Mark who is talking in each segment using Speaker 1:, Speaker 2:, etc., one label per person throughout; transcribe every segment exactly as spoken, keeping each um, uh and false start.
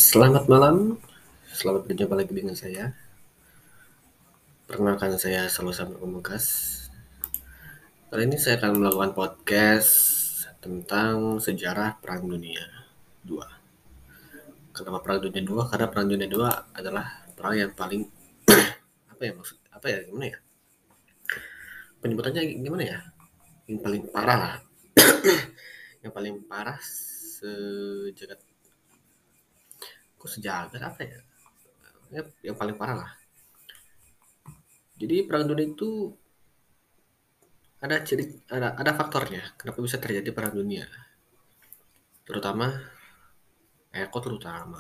Speaker 1: Selamat malam, selamat berjumpa lagi dengan saya. Perkenalkan saya Selalu Samar Pamungkas. Kali ini saya akan melakukan podcast tentang sejarah Perang Dunia dua. Kenapa Perang Dunia dua? Karena Perang Dunia dua adalah perang yang paling apa ya maksud apa ya gimana ya? Penyebutannya gimana ya? Yang paling parah lah, yang paling parah sejagat kok sejagat apa ya? Ya, yang paling parah lah. Jadi Perang Dunia itu ada ciri ada ada faktornya kenapa bisa terjadi perang dunia, terutama eh kok terutama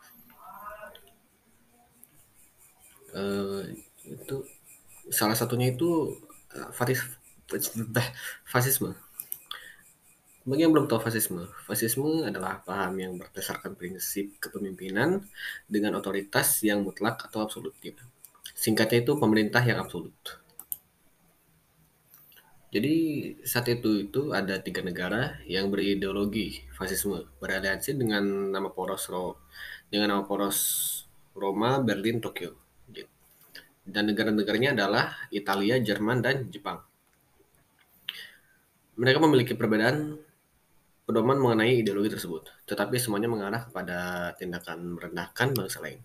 Speaker 1: eh, itu salah satunya itu eh, fasis, bah, fasisme. Bagi yang belum tahu fasisme, fasisme adalah paham yang berdasarkan prinsip kepemimpinan dengan otoritas yang mutlak atau absolut. Gitu. Singkatnya itu pemerintah yang absolut. Jadi saat itu itu ada tiga negara yang berideologi fasisme beraliansi dengan nama poros Ro, dengan nama poros Roma, Berlin, Tokyo. Gitu. Dan negara-negaranya adalah Italia, Jerman, dan Jepang. Mereka memiliki perbedaan pedoman mengenai ideologi tersebut, tetapi semuanya mengarah kepada tindakan merendahkan bangsa lain.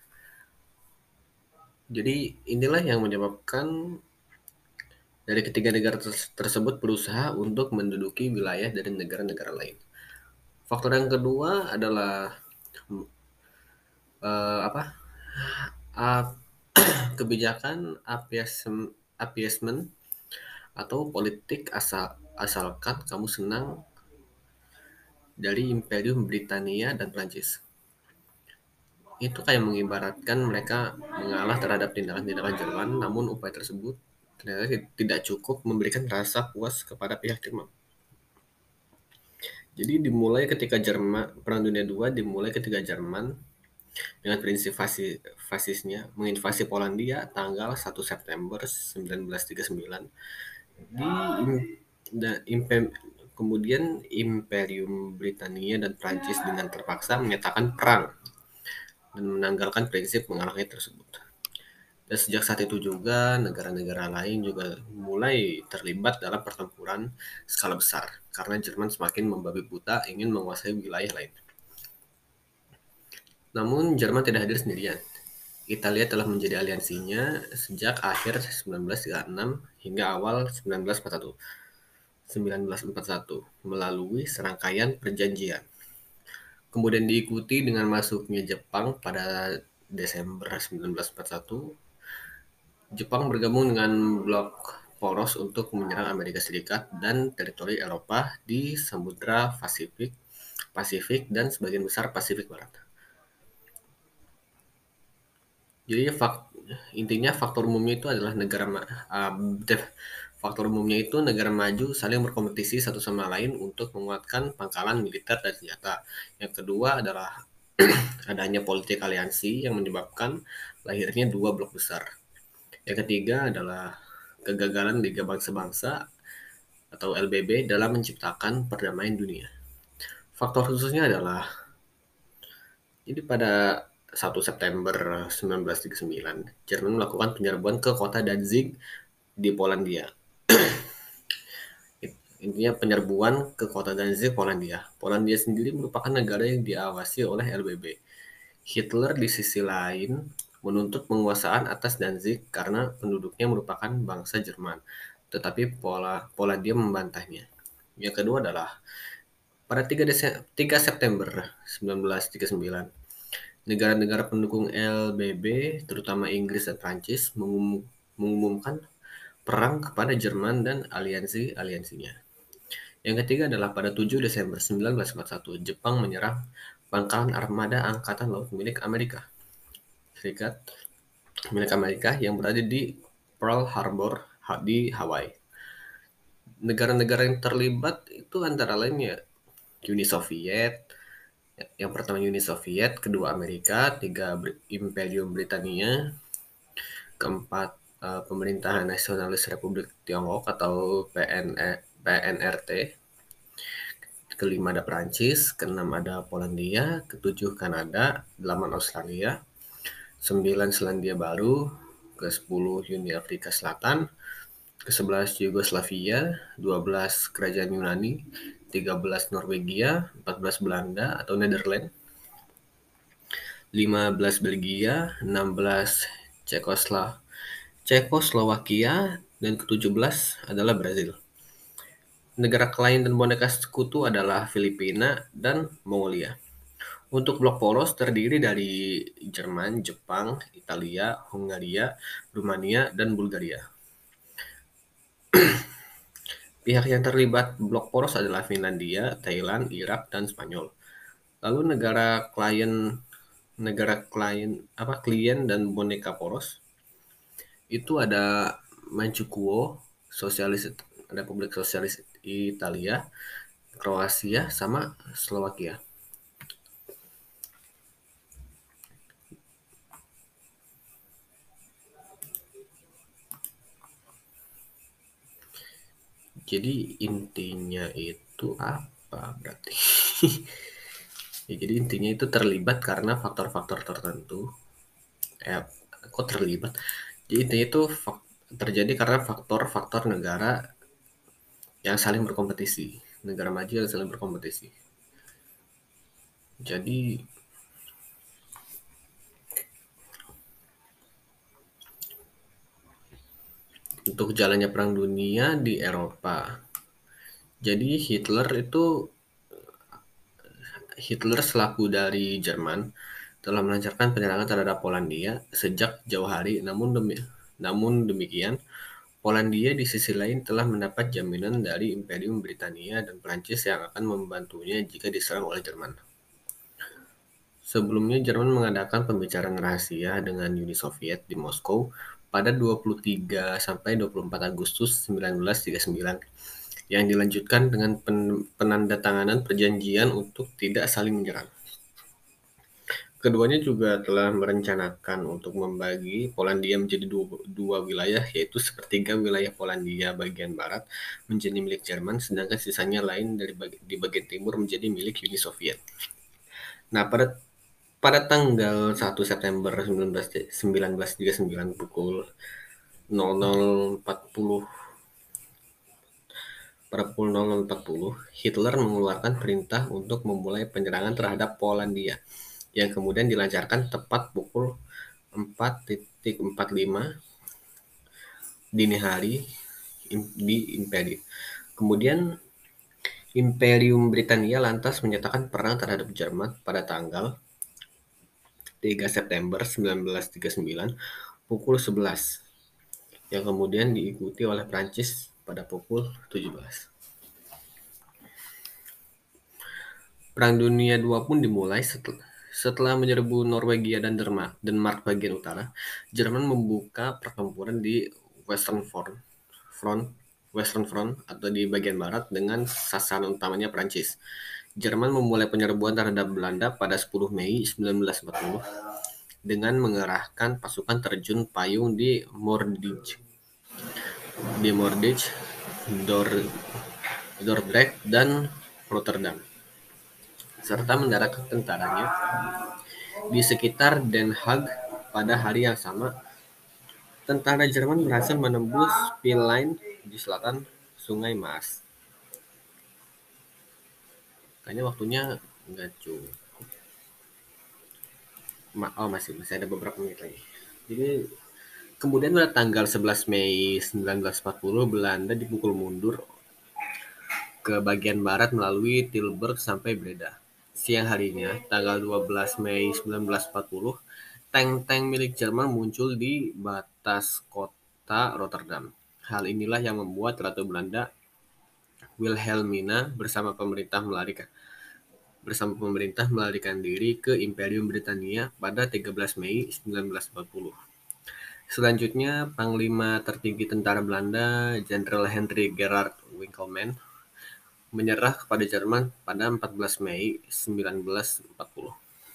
Speaker 1: Jadi inilah yang menyebabkan dari ketiga negara tersebut berusaha untuk menduduki wilayah dari negara-negara lain. Faktor yang kedua adalah uh, apa? Uh, kebijakan appeasement atau politik asal asalkan kamu senang dari Imperium Britania dan Prancis. Itu kayak mengibaratkan mereka mengalah terhadap tindakan-tindakan Jerman, namun upaya tersebut ternyata tidak cukup memberikan rasa puas kepada pihak Jerman. Jadi dimulai ketika Jerman Perang Dunia kedua dimulai ketika Jerman dengan prinsip fasi, fasisnya menginvasi Polandia tanggal satu September seribu sembilan ratus tiga puluh sembilan di da, impe, kemudian Imperium Britania dan Prancis dengan terpaksa menyatakan perang dan menanggalkan prinsip mengalahnya tersebut. Dan sejak saat itu juga negara-negara lain juga mulai terlibat dalam pertempuran skala besar karena Jerman semakin membabi buta ingin menguasai wilayah lain. Namun Jerman tidak hadir sendirian. Italia telah menjadi aliansinya sejak akhir seribu sembilan ratus tiga puluh enam hingga awal seribu sembilan ratus empat puluh satu. seribu sembilan ratus empat puluh satu melalui serangkaian perjanjian. Kemudian diikuti dengan masuknya Jepang pada Desember seribu sembilan ratus empat puluh satu. Jepang bergabung dengan blok poros untuk menyerang Amerika Serikat dan teritori Eropa di Samudra Pasifik, Pasifik dan sebagian besar Pasifik Barat. Jadi fak, intinya faktor umumnya itu adalah negara uh, faktor umumnya itu negara maju saling berkompetisi satu sama lain untuk menguatkan pangkalan militer dan senjata. Yang kedua adalah adanya politik aliansi yang menyebabkan lahirnya dua blok besar. Yang ketiga adalah kegagalan Liga Bangsa-Bangsa atau L B B dalam menciptakan perdamaian dunia. Faktor khususnya adalah jadi pada satu September seribu sembilan ratus tiga puluh sembilan, Jerman melakukan penyerbuan ke kota Danzig di Polandia. Intinya penyerbuan ke kota Danzig, Polandia. Polandia sendiri merupakan negara yang diawasi oleh L B B. Hitler di sisi lain menuntut penguasaan atas Danzig karena penduduknya merupakan bangsa Jerman, tetapi Pola, Polandia membantahnya. Yang kedua adalah pada tiga September seribu sembilan ratus tiga puluh sembilan, negara-negara pendukung L B B, terutama Inggris dan Prancis, mengum, mengumumkan perang kepada Jerman dan aliansi-aliansinya. Yang ketiga adalah pada tujuh Desember seribu sembilan ratus empat puluh satu, Jepang menyerang pangkalan armada angkatan laut milik Amerika Serikat milik Amerika yang berada di Pearl Harbor di Hawaii. Negara-negara yang terlibat itu antara lain ya Uni Soviet, yang pertama Uni Soviet, kedua Amerika, tiga Imperium Britania, keempat uh, Pemerintahan Nasionalis Republik Tiongkok atau P N R T, kelima ada Perancis, keenam ada Polandia, ketujuh Kanada, delapan Australia, sembilan Selandia Baru, ke sepuluh Uni Afrika Selatan, ke sebelas Yugoslavia, dua belas Kerajaan Yunani, tiga belas Norwegia, empat belas Belanda atau Netherlands, lima belas Belgia, enam belas Cekosla Cekoslowakia, dan ketujuh belas adalah Brazil. Negara klien dan boneka sekutu adalah Filipina dan Mongolia. Untuk blok poros terdiri dari Jerman, Jepang, Italia, Hungaria, Rumania, dan Bulgaria. Pihak yang terlibat blok poros adalah Finlandia, Thailand, Irak, dan Spanyol. Lalu negara klien negara klien apa klien dan boneka poros itu ada Manchukuo, Sosialis Republik Sosialis Italia, Kroasia, sama Slovakia. Jadi intinya itu apa berarti? Ya, jadi intinya itu terlibat karena faktor-faktor tertentu. Eh, kok terlibat? Jadi intinya itu fak- terjadi karena faktor-faktor negara yang saling berkompetisi, negara maju yang saling berkompetisi. Jadi untuk jalannya perang dunia di Eropa. Jadi Hitler itu Hitler selaku dari Jerman telah melancarkan penyerangan terhadap Polandia sejak jauh hari. Namun demi, namun demikian, Polandia di sisi lain telah mendapat jaminan dari Imperium Britania dan Prancis yang akan membantunya jika diserang oleh Jerman. Sebelumnya Jerman mengadakan pembicaraan rahasia dengan Uni Soviet di Moskow pada dua puluh tiga sampai dua puluh empat Agustus seribu sembilan ratus tiga puluh sembilan yang dilanjutkan dengan penandatanganan perjanjian untuk tidak saling menyerang. Keduanya juga telah merencanakan untuk membagi Polandia menjadi dua, dua wilayah, yaitu sepertiga wilayah Polandia bagian barat menjadi milik Jerman, sedangkan sisanya lain dari bagi, di bagian timur menjadi milik Uni Soviet. Nah, pada pada tanggal satu September seribu sembilan ratus tiga puluh sembilan pukul nol nol empat puluh pada pukul nol nol empat puluh, Hitler mengeluarkan perintah untuk memulai penyerangan terhadap Polandia yang kemudian dilancarkan tepat pukul empat empat puluh lima dini hari di Imperium. Kemudian Imperium Britania lantas menyatakan perang terhadap Jerman pada tanggal tiga September seribu sembilan ratus tiga puluh sembilan pukul sebelas yang kemudian diikuti oleh Prancis pada pukul tujuh belas. Perang Dunia kedua pun dimulai setelah Setelah menyerbu Norwegia dan Denmark, Denmark bagian utara, Jerman membuka pertempuran di Western Front, Front, Western Front atau di bagian barat dengan sasaran utamanya Prancis. Jerman memulai penyerbuan terhadap Belanda pada sepuluh Mei seribu sembilan ratus empat puluh dengan mengerahkan pasukan terjun payung di Moerdijk, di Moerdijk, Dor, Dordrecht, dan Rotterdam, serta mendaratkan tentaranya di sekitar Den Haag. Pada hari yang sama, tentara Jerman berhasil menembus Peel Line di selatan Sungai Maas. Kayaknya waktunya nggak cukup. Oh, masih masih ada beberapa menit lagi. Jadi kemudian pada tanggal sebelas Mei seribu sembilan ratus empat puluh, Belanda dipukul mundur ke bagian barat melalui Tilburg sampai Breda. Siang harinya, tanggal dua belas Mei seribu sembilan ratus empat puluh, tank-tank milik Jerman muncul di batas kota Rotterdam. Hal inilah yang membuat Ratu Belanda Wilhelmina bersama pemerintah melarikan bersama pemerintah melarikan diri ke Imperium Britania pada tiga belas Mei seribu sembilan ratus empat puluh. Selanjutnya, Panglima tertinggi tentara Belanda, Jenderal Henry Gerard Winkelmann, menyerah kepada Jerman pada empat belas Mei seribu sembilan ratus empat puluh.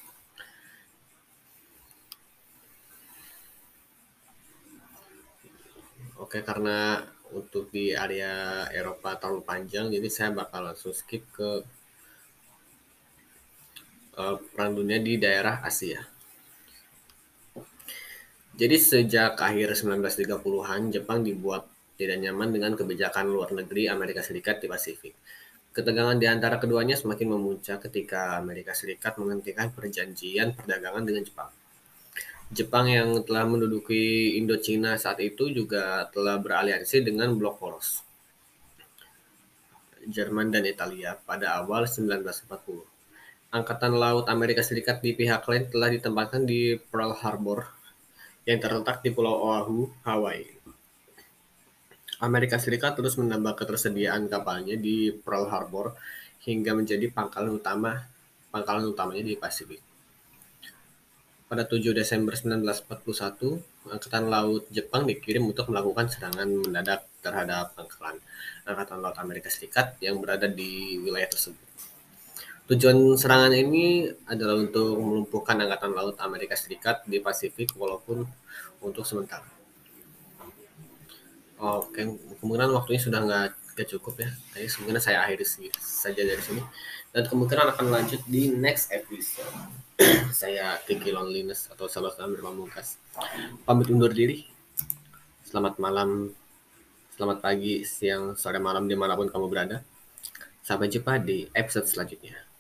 Speaker 1: Oke, karena untuk di area Eropa terlalu panjang, jadi saya bakal langsung skip ke uh, Perang Dunia di daerah Asia. Jadi sejak akhir sembilan belas tiga puluhan, Jepang dibuat tidak nyaman dengan kebijakan luar negeri Amerika Serikat di Pasifik. Ketegangan di antara keduanya semakin memuncak ketika Amerika Serikat menghentikan perjanjian perdagangan dengan Jepang. Jepang yang telah menduduki Indochina saat itu juga telah beraliansi dengan blok poros, Jerman dan Italia pada awal sembilan belas empat puluh. Angkatan Laut Amerika Serikat di pihak lain telah ditempatkan di Pearl Harbor yang terletak di Pulau Oahu, Hawaii. Amerika Serikat terus menambah ketersediaan kapalnya di Pearl Harbor hingga menjadi pangkalan utama pangkalan utamanya di Pasifik. Pada tujuh Desember sembilan belas empat puluh satu, Angkatan Laut Jepang dikirim untuk melakukan serangan mendadak terhadap pangkalan Angkatan Laut Amerika Serikat yang berada di wilayah tersebut. Tujuan serangan ini adalah untuk melumpuhkan Angkatan Laut Amerika Serikat di Pasifik walaupun untuk sementara. Oke, kemungkinan waktunya sudah nggak nggak cukup ya. Jadi sebenarnya saya akhiri saja dari sini. Dan kemungkinan akan lanjut di next episode. Saya Kiki Loneliness atau Sahabat Salam Pamungkas. Pamit undur diri. Selamat malam, selamat pagi, siang, sore, malam dimanapun kamu berada. Sampai jumpa di episode selanjutnya.